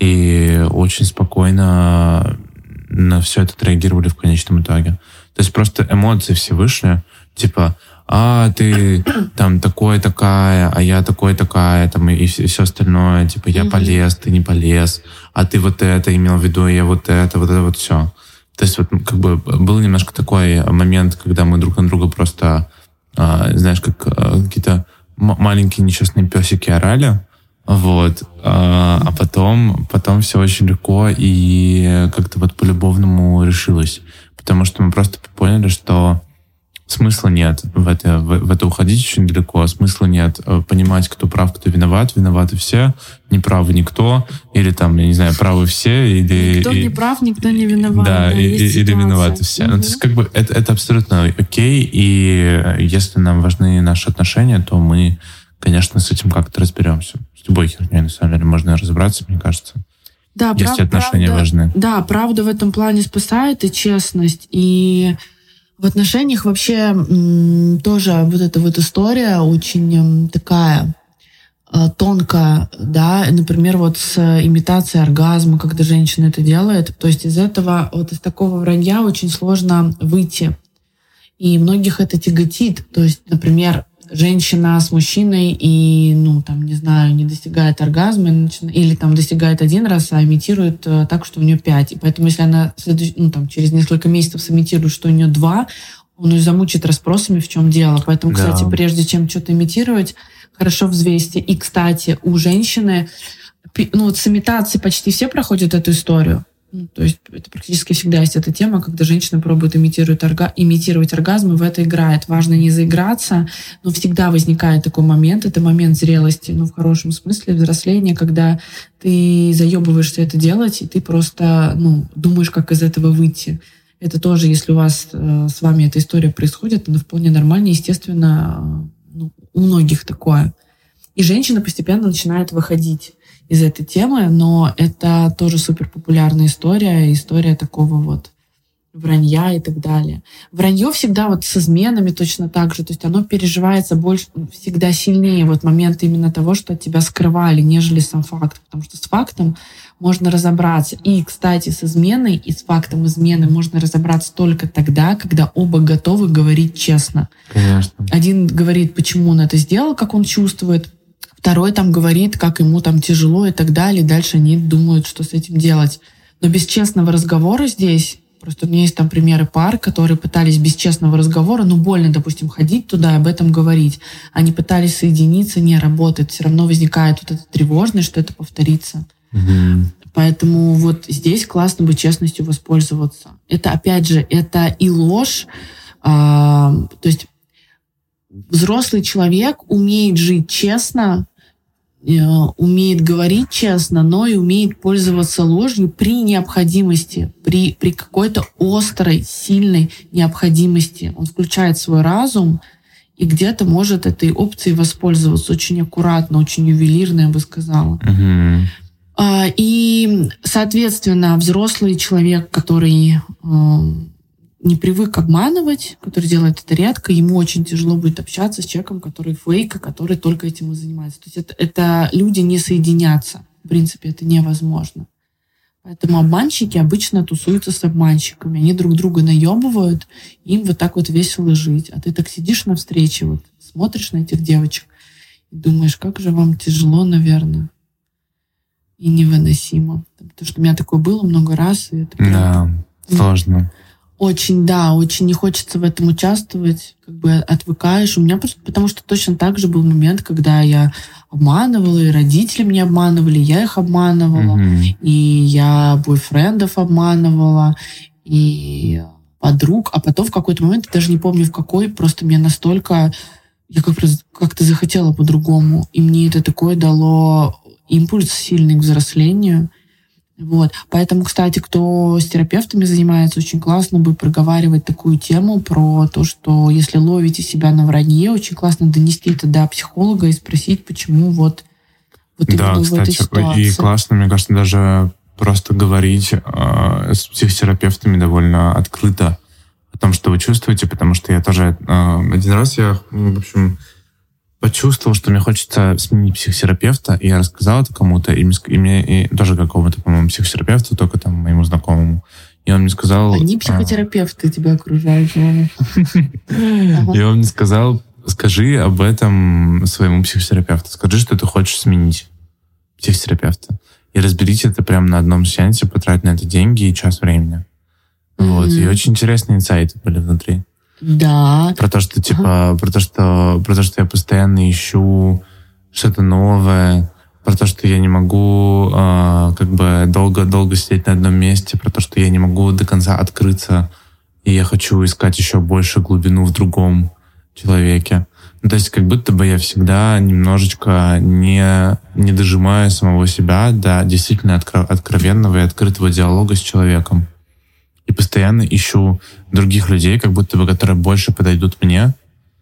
и очень спокойно на все это отреагировали в конечном итоге. То есть просто эмоции все вышли, типа, а ты там такой такая, а я такой такая, там и, и все остальное, типа, я mm-hmm. полез, ты не полез, а ты вот это имел в виду, а я вот это, вот это вот все. То есть вот как бы был немножко такой момент, когда мы друг на друга просто, а, знаешь, как а, какие-то м- маленькие несчастные песики орали, вот, а, а потом, потом все очень легко и как-то вот по-любовному решилось, потому что мы просто поняли, что смысла нет в это, в, в это уходить очень далеко, смысла нет понимать, кто прав, кто виноват, виноваты все, не правы никто, или там, я не знаю, правы все, или... Никто и, не прав, никто не виноват. Да, да, и, или виноваты все. Угу. Ну, то есть как бы это, это абсолютно окей, и если нам важны наши отношения, то мы, конечно, с этим как-то разберемся. С любой херней, на самом деле, можно разобраться, мне кажется. Да, если прав, отношения правда, важны. Да, правда в этом плане спасает, и честность, и в отношениях вообще м, тоже вот эта вот история очень м, такая э, тонкая, да, например, вот с имитацией оргазма, когда женщина это делает, то есть из этого, вот из такого вранья очень сложно выйти, и многих это тяготит, то есть, например, женщина с мужчиной и, ну, там, не знаю, не достигает оргазма, или там достигает один раз, а имитирует э, так, что у нее пять. И поэтому, если она следующ... ну, там, через несколько месяцев сымитирует, что у нее два, он ее замучит расспросами, в чем дело. Поэтому, да. кстати, прежде чем что-то имитировать, хорошо взвесьте. И, кстати, у женщины, ну, вот с имитацией почти все проходят эту историю. Ну, то есть это практически всегда есть эта тема, когда женщина пробует имитировать, орга... имитировать оргазм, и в это играет. Важно не заиграться, но всегда возникает такой момент, это момент зрелости, ну, в хорошем смысле, взросления, когда ты заебываешься это делать, и ты просто, ну, думаешь, как из этого выйти. Это тоже, если у вас э, с вами эта история происходит, она вполне нормально, естественно, э, ну, у многих такое. И женщина постепенно начинает выходить из этой темы, но это тоже супер популярная история, история такого вот вранья и так далее. Вранье всегда вот с изменами точно так же, то есть оно переживается больше, всегда сильнее вот момент именно того, что от тебя скрывали, нежели сам факт, потому что с фактом можно разобраться. И, кстати, с изменой и с фактом измены можно разобраться только тогда, когда оба готовы говорить честно. Конечно. Один говорит, почему он это сделал, как он чувствует, второй там говорит, как ему там тяжело и так далее. Дальше они думают, что с этим делать. Но без честного разговора здесь, просто у меня есть там примеры пар, которые пытались без честного разговора, ну больно, допустим, ходить туда и об этом говорить. Они пытались соединиться, не работает. Все равно возникает вот эта тревожность, что это повторится. Mm-hmm. Поэтому вот здесь классно бы честностью воспользоваться. Это, опять же, это и ложь. А, то есть взрослый человек умеет жить честно, умеет говорить честно, но и умеет пользоваться ложью при необходимости, при, при какой-то острой, сильной необходимости. Он включает свой разум и где-то может этой опцией воспользоваться очень аккуратно, очень ювелирно, я бы сказала. Mm-hmm. И, соответственно, взрослый человек, который не привык обманывать, который делает это редко, ему очень тяжело будет общаться с человеком, который фейк, который только этим и занимается. То есть это, это люди не соединятся. В принципе, это невозможно. Поэтому обманщики обычно тусуются с обманщиками. Они друг друга наебывают, им вот так вот весело жить. А ты так сидишь на встрече, вот, смотришь на этих девочек и думаешь, как же вам тяжело, наверное, и невыносимо. Потому что у меня такое было много раз. И это да, сложно. Очень, да, очень не хочется в этом участвовать, как бы отвыкаешь. У меня просто, потому что точно так же был момент, когда я обманывала, и родители меня обманывали, я их обманывала, Мгм. и я бойфрендов обманывала, и подруг, а потом в какой-то момент, я даже не помню в какой, просто мне настолько, я как раз как-то захотела по-другому, и мне это такое дало импульс сильный к взрослению. Вот. Поэтому, кстати, кто с терапевтами занимается, очень классно бы проговаривать такую тему про то, что если ловите себя на вранье, очень классно донести это до психолога и спросить, почему вот, вот Да, именно в этой кстати, ситуации. и классно, мне кажется, даже просто говорить э, с психотерапевтами довольно открыто о том, что вы чувствуете, потому что я тоже э, один раз я, в общем, почувствовал, что мне хочется сменить психотерапевта, и я рассказал это кому-то, и мне, ск- и мне и тоже какому-то, по-моему, психотерапевту, только там моему знакомому. И он мне сказал... Они а, психотерапевты тебя окружают, Ваня. Ага. И он мне сказал, скажи об этом своему психотерапевту. Скажи, что ты хочешь сменить психотерапевта. И разберите это прямо на одном сеансе, потратить на это деньги и час времени. Вот. И Мгм. очень интересные инсайты были внутри. Да. Про то, что, типа, про то, что, про то, что я постоянно ищу что-то новое, про то, что я не могу э, как бы долго-долго сидеть на одном месте, про то, что я не могу до конца открыться, и я хочу искать еще больше глубину в другом человеке. Ну, то есть как будто бы я всегда немножечко не, не дожимаю самого себя до действительно откро- откровенного и открытого диалога с человеком. И постоянно ищу других людей, как будто бы, которые больше подойдут мне.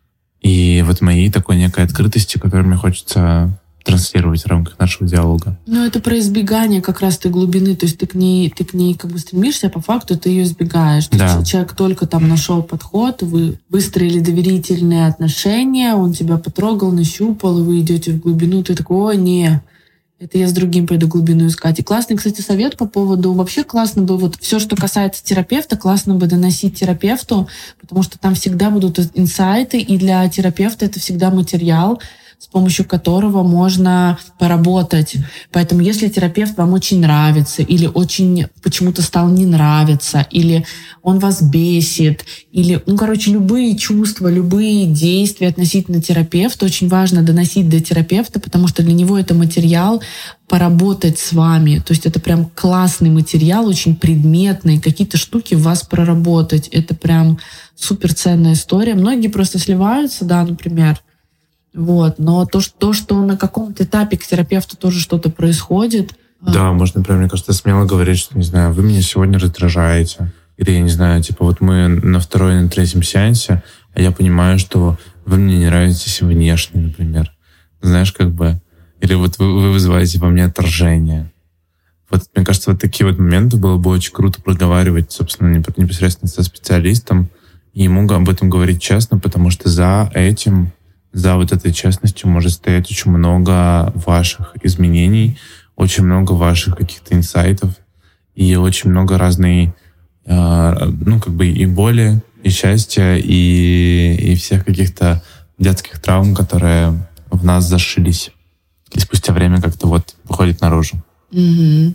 И вот моей такой некой открытости, которую мне хочется транслировать в рамках нашего диалога. Ну, это про избегание как раз той глубины. То есть ты к ней, ты к ней как бы стремишься, а по факту ты ее избегаешь. То Да. есть человек только там нашел подход, вы выстроили доверительные отношения, он тебя потрогал, нащупал, и вы идете в глубину, ты такой, о, не, это я с другим пойду глубину искать. И классный, кстати, совет по поводу... Вообще классно бы вот все, что касается терапевта, классно бы доносить терапевту, потому что там всегда будут инсайты, и для терапевта это всегда материал, с помощью которого можно поработать. Поэтому если терапевт вам очень нравится, или очень почему-то стал не нравиться, или он вас бесит, или, ну, короче, любые чувства, любые действия относительно терапевта очень важно доносить до терапевта, потому что для него это материал поработать с вами. То есть это прям классный материал, очень предметный, какие-то штуки в вас проработать. Это прям суперценная история. Многие просто сливаются, да, например, вот. Но то, что, то, что на каком-то этапе к терапевту тоже что-то происходит. Да, можно прям, мне кажется, смело говорить, что, не знаю, вы меня сегодня раздражаете. Или, я не знаю, типа, вот мы на второй, на третьем сеансе, а я понимаю, что вы мне не нравитесь внешне, например. Знаешь, как бы... Или вот вы, вы вызываете во мне отторжение. Вот, мне кажется, вот такие вот моменты было бы очень круто проговаривать, собственно, непосредственно со специалистом, и ему об этом говорить честно, потому что за этим... За вот этой честностью может стоять очень много ваших изменений, очень много ваших каких-то инсайтов и очень много разной, э, ну, как бы и боли, и счастья, и, и всех каких-то детских травм, которые в нас зашились. И спустя время как-то вот выходит наружу. Мгм.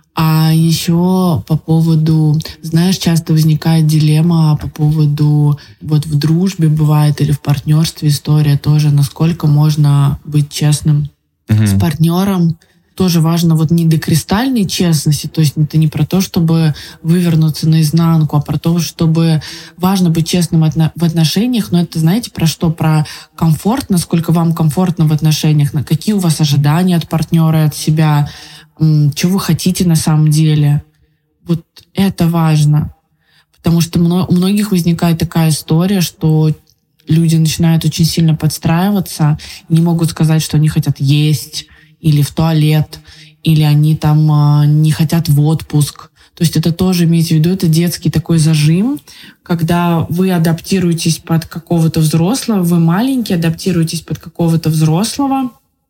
А еще по поводу, знаешь, часто возникает дилемма по поводу, вот в дружбе бывает или в партнерстве история тоже, насколько можно быть честным Мгм. с партнером. Тоже важно вот не до кристальной честности, то есть это не про то, чтобы вывернуться наизнанку, а про то, чтобы важно быть честным отно- в отношениях, но это, знаете, про что? Про комфорт, насколько вам комфортно в отношениях, на какие у вас ожидания от партнера, от себя, м, чего вы хотите на самом деле. Вот это важно. Потому что мно- у многих возникает такая история, что люди начинают очень сильно подстраиваться, не могут сказать, что они хотят есть, или в туалет, или они там а, не хотят в отпуск. То есть это тоже, имейте в виду, это детский такой зажим, когда вы адаптируетесь под какого-то взрослого, вы маленький, адаптируетесь под какого-то взрослого,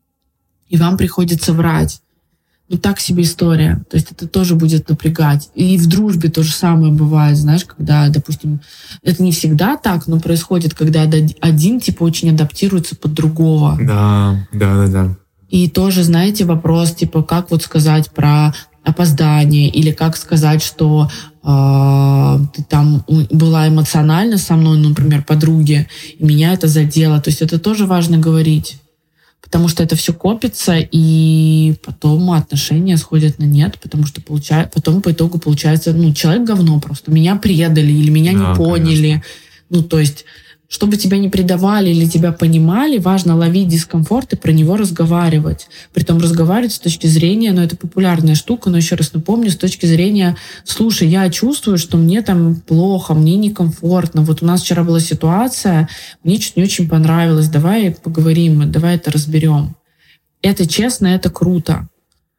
и вам приходится врать. Ну, так себе история. То есть это тоже будет напрягать. И в дружбе то же самое бывает, знаешь, когда, допустим, это не всегда так, но происходит, когда один, типа, очень адаптируется под другого. Да, да, да, да. И тоже, знаете, вопрос, типа, как вот сказать про опоздание, или как сказать, что э, ты там была эмоциональна со мной, например, подруги, и меня это задело. То есть это тоже важно говорить. Потому что это все копится, и потом отношения сходят на нет, потому что получается, потом по итогу получается, ну, человек говно просто. Меня предали или меня да, не поняли. Конечно. Ну, то есть, чтобы тебя не предавали или тебя понимали, важно ловить дискомфорт и про него разговаривать. Притом разговаривать с точки зрения, ну, это популярная штука, но еще раз напомню, с точки зрения, слушай, я чувствую, что мне там плохо, мне некомфортно. Вот у нас вчера была ситуация, мне что-то не очень понравилось, давай поговорим, давай это разберем. Это честно, это круто.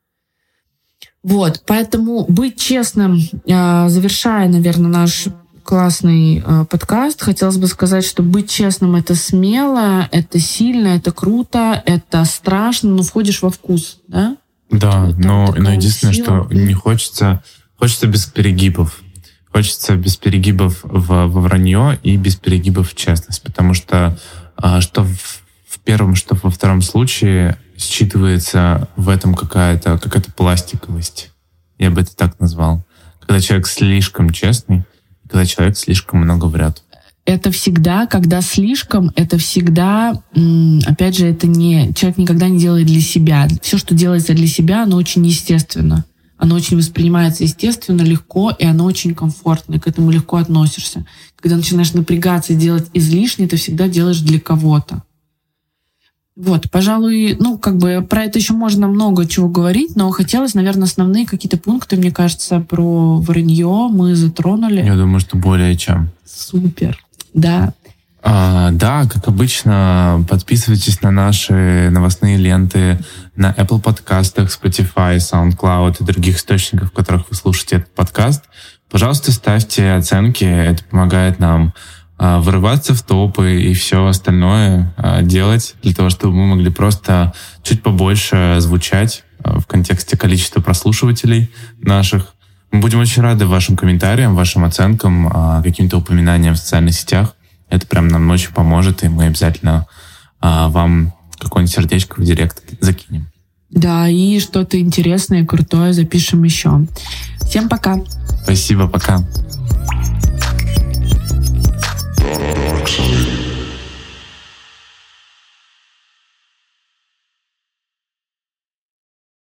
Вот, поэтому быть честным, завершая, наверное, наш классный э, подкаст. Хотелось бы сказать, что быть честным — это смело, это сильно, это круто, это страшно, но входишь во вкус, да? Да, вот но, но единственное, сила. Что не хочется, хочется без перегибов. Хочется без перегибов в, во вранье и без перегибов в честность, потому что э, что в, в первом, что во втором случае считывается в этом какая-то, какая-то пластиковость. Я бы это так назвал. Когда человек слишком честный, когда человек слишком много врет. Это всегда, когда слишком, это всегда, опять же, это не... Человек никогда не делает для себя. Все, что делается для себя, оно очень естественно. Оно очень воспринимается естественно, легко, и оно очень комфортно, и к этому легко относишься. Когда начинаешь напрягаться и делать излишне, ты всегда делаешь для кого-то. Вот, пожалуй, ну, как бы про это еще можно много чего говорить, но хотелось, наверное, основные какие-то пункты, мне кажется, про вранье мы затронули. Я думаю, что более чем. Супер, да. А, да, как обычно, подписывайтесь на наши новостные ленты на Apple подкастах, Spotify, SoundCloud и других источниках, в которых вы слушаете этот подкаст. Пожалуйста, ставьте оценки, это помогает нам вырываться в топы и все остальное делать для того, чтобы мы могли просто чуть побольше звучать в контексте количества прослушивателей наших. Мы будем очень рады вашим комментариям, вашим оценкам, каким-то упоминаниям в социальных сетях. Это прям нам очень поможет, и мы обязательно вам какое-нибудь сердечко в директ закинем. Да, и что-то интересное и крутое запишем еще. Всем пока. Спасибо, пока.